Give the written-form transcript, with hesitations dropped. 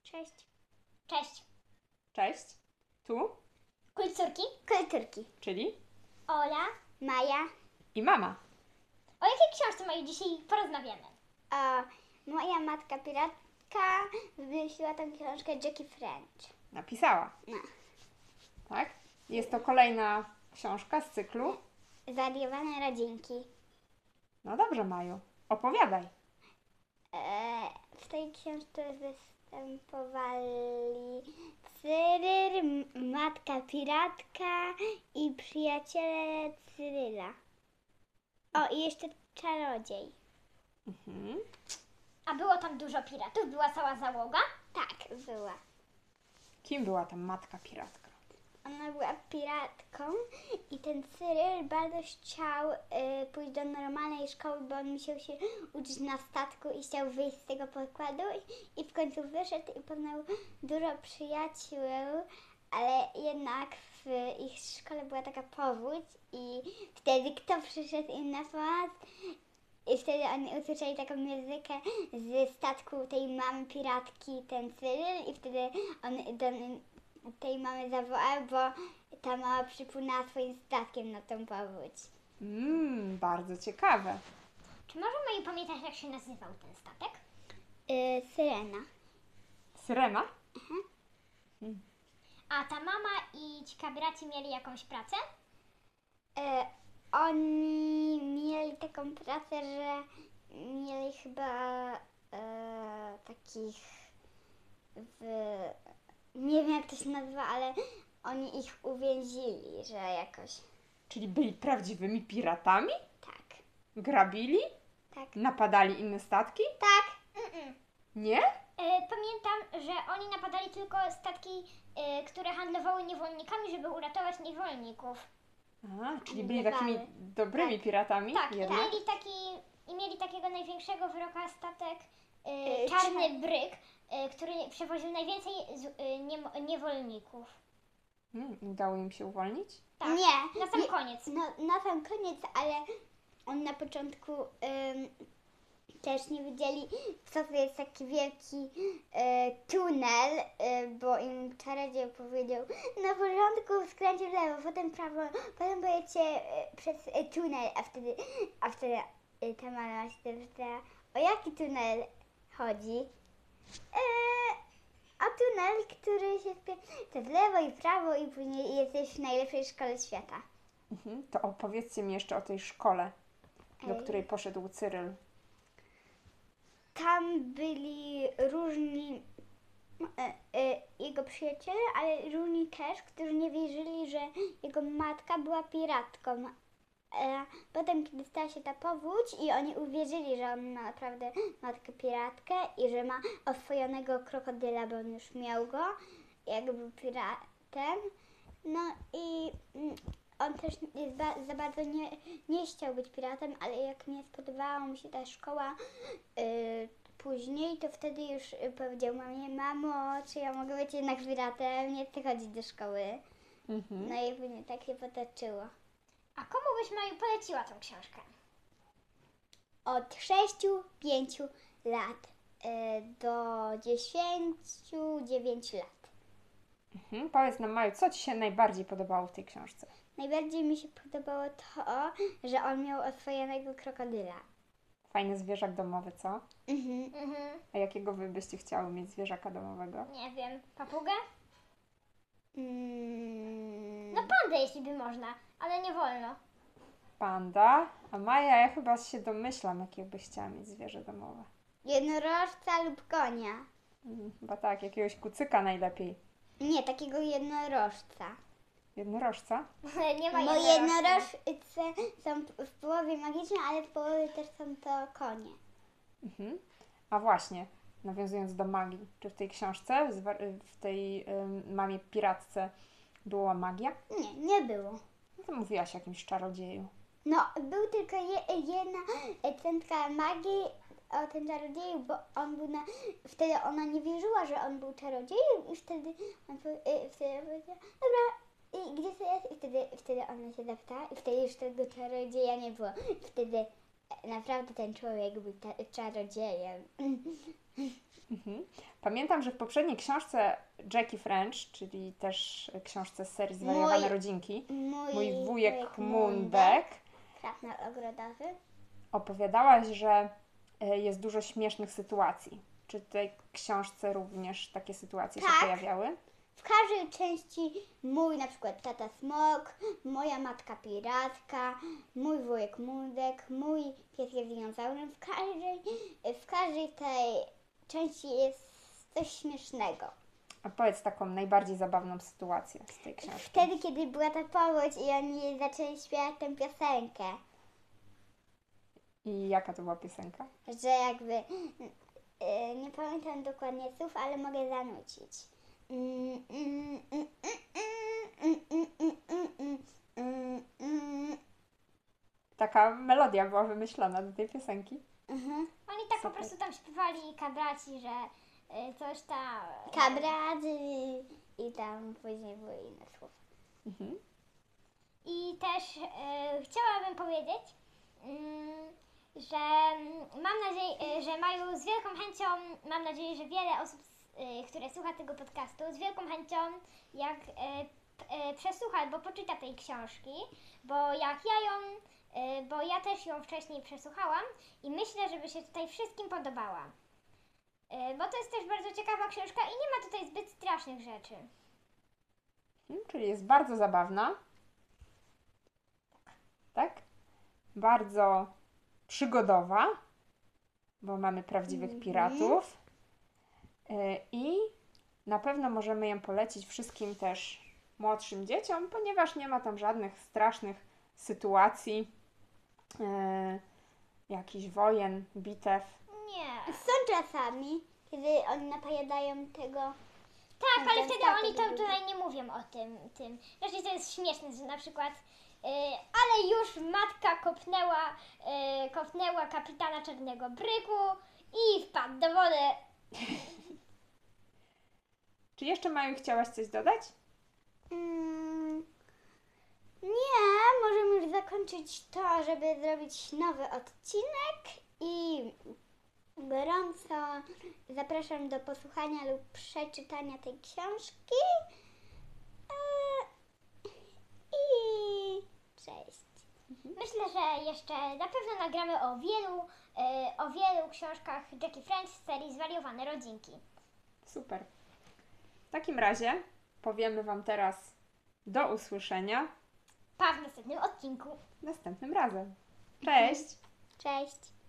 Cześć. Cześć. Cześć. Tu, Kulturki. Kulturki. czyli Ola. Maja. i mama. O jakiej książce Maju dzisiaj porozmawiamy? Moja matka piratka wymyśliła tę książkę Jackie French. Napisała. No. Tak? Jest to kolejna książka z cyklu. Zariowane rodzinki. No dobrze, Maju. Opowiadaj. W tej książce występowali Cyryl, matka piratka i przyjaciele Cyryla. O, i jeszcze czarodziej. Mhm. A było tam dużo piratów? Była cała załoga? Tak, była. Kim była ta matka piratka? Ona była piratką i ten Cyryl bardzo chciał pójść do normalnej szkoły, bo on musiał się uczyć na statku i chciał wyjść z tego pokładu i w końcu wyszedł i poznał dużo przyjaciół, ale jednak w ich szkole była taka powódź i wtedy kto przyszedł im na pomoc? I wtedy oni usłyszeli taką muzykę z statku tej mamy piratki, ten Cyryl i wtedy on do tej mamy zawołał, bo ta mama przypłynęła swoim statkiem na tą powódź. Bardzo ciekawe. Czy może Maju pamiętasz, jak się nazywał ten statek? Syrena. Syrena? A ta mama i ci kabiraci mieli jakąś pracę? Oni mieli taką pracę, że mieli chyba takich nie wiem jak to się nazywa, ale oni ich uwięzili, że jakoś Czyli byli prawdziwymi piratami? tak. Grabili? Tak. Napadali inne statki? Tak. Nie? Pamiętam, że oni napadali tylko statki, które handlowały niewolnikami, żeby uratować niewolników. Czyli byli takimi Bywały. dobrymi Tak. piratami? Tak, jednak? i mieli takiego największego wroga statek, Czarny. czarny bryk, który przewoził najwięcej niewolników. Udało im się uwolnić? Tak, Nie. na sam koniec. Na sam koniec, ale on na początku też nie wiedzieli, co to jest taki wielki tunel, bo im czarodziej powiedział, na początku skręcie w lewo, potem prawo, potem pojedziecie przez tunel, a wtedy ta mama się zapytała, o jaki tunel chodzi? A tunel, który się to w lewo i w prawo i później jesteś w najlepszej szkole świata. To opowiedzcie mi jeszcze o tej szkole, do Ej. której poszedł Cyryl. Tam byli różni jego przyjaciele, ale różni też, którzy nie wierzyli, że jego matka była piratką. Potem, kiedy stała się ta powódź i oni uwierzyli, że on ma naprawdę matkę piratkę i że ma oswojonego krokodyla, bo on już miał go, jak był piratem. No i on też za bardzo nie chciał być piratem, ale jak nie spodobała mu się ta szkoła później, to wtedy już powiedział mamie, mamo, czy ja mogę być jednak piratem, nie chcę chodzić do szkoły. No i później tak się potoczyło. A komu byś Maju poleciła tą książkę? Od 6-5 lat do 10-9 lat. Powiedz nam, Maju, co Ci się najbardziej podobało w tej książce? Najbardziej mi się podobało to, że on miał oswojonego krokodyla. Fajny zwierzak domowy, co? Mhm. A jakiego Wy byście chciały mieć zwierzaka domowego? Nie wiem, papugę? Mm, No pandę, jeśli by można, ale nie wolno. Panda. A Maja, ja chyba się domyślam, jakie byś chciała mieć zwierzę domowe. Jednorożca lub konia. Chyba tak, jakiegoś kucyka najlepiej. Nie, takiego jednorożca. Jednorożca? Nie ma Bo jednorożca. jednorożce są w połowie magiczne, ale w połowie też są to konie. A właśnie, nawiązując do magii, czy w tej książce, w tej mamie piratce była magia? Nie było. No to mówiłaś o jakimś czarodzieju. No, był tylko jedna centka magii o tym czarodzieju, bo on był wtedy ona nie wierzyła, że on był czarodziejem i wtedy on wtedy powiedział, dobra, i gdzie to jest? I wtedy ona się zapytała i wtedy już tego czarodzieja nie było. Wtedy naprawdę ten człowiek był czarodziejem. Pamiętam, że w poprzedniej książce Jackie French, czyli też książce z serii Zwariowane rodzinki, mój wujek Mundek, Krasnal ogrodowy. opowiadałaś, że jest dużo śmiesznych sytuacji. Czy w tej książce również takie sytuacje się Tak. pojawiały? W każdej części mój na przykład tata smok, moja matka piratka, mój wujek Mundek, mój pies jest dinozaurem. W każdej tej części jest coś śmiesznego. A powiedz taką najbardziej zabawną sytuację z tej książki. Wtedy, kiedy była ta powódź i oni zaczęli śpiewać tę piosenkę, I jaka to była piosenka? że jakby, nie pamiętam dokładnie słów, ale mogę zanucić. Taka melodia była wymyślona do tej piosenki. Oni tak po Super. prostu tam śpiewali kabraci, że coś tam... Kabradzy i tam później były inne słowa. I też chciałabym powiedzieć, że mam nadzieję, że Maju z wielką chęcią, mam nadzieję, że wiele osób, które słucha tego podcastu, z wielką chęcią jak przesłucha albo poczyta tej książki, bo jak ja ją, bo ja też ją wcześniej przesłuchałam i myślę, żeby się tutaj wszystkim podobała. Bo to jest też bardzo ciekawa książka i nie ma tutaj zbyt strasznych rzeczy. Czyli jest bardzo zabawna. Tak? Bardzo przygodowa, bo mamy prawdziwych piratów. I na pewno możemy ją polecić wszystkim też młodszym dzieciom, ponieważ nie ma tam żadnych strasznych sytuacji, jakichś wojen, bitew. Nie. Są czasami, kiedy oni napajadają tego. Tak, ale ten wtedy statek oni to drugi. tutaj nie mówią o tym. Raczej to jest śmieszne, że na przykład ale już matka kopnęła kapitana Czarnego Bryku i wpadł do wody. Czy jeszcze, Maju, chciałaś coś dodać? Nie, możemy już zakończyć to, żeby zrobić nowy odcinek i gorąco zapraszam do posłuchania lub przeczytania tej książki. I cześć. Myślę, że jeszcze na pewno nagramy o wielu książkach Jackie French z serii Zwariowane rodzinki. Super. W takim razie powiemy Wam teraz do usłyszenia Pa w następnym odcinku. następnym razem. Cześć! Cześć.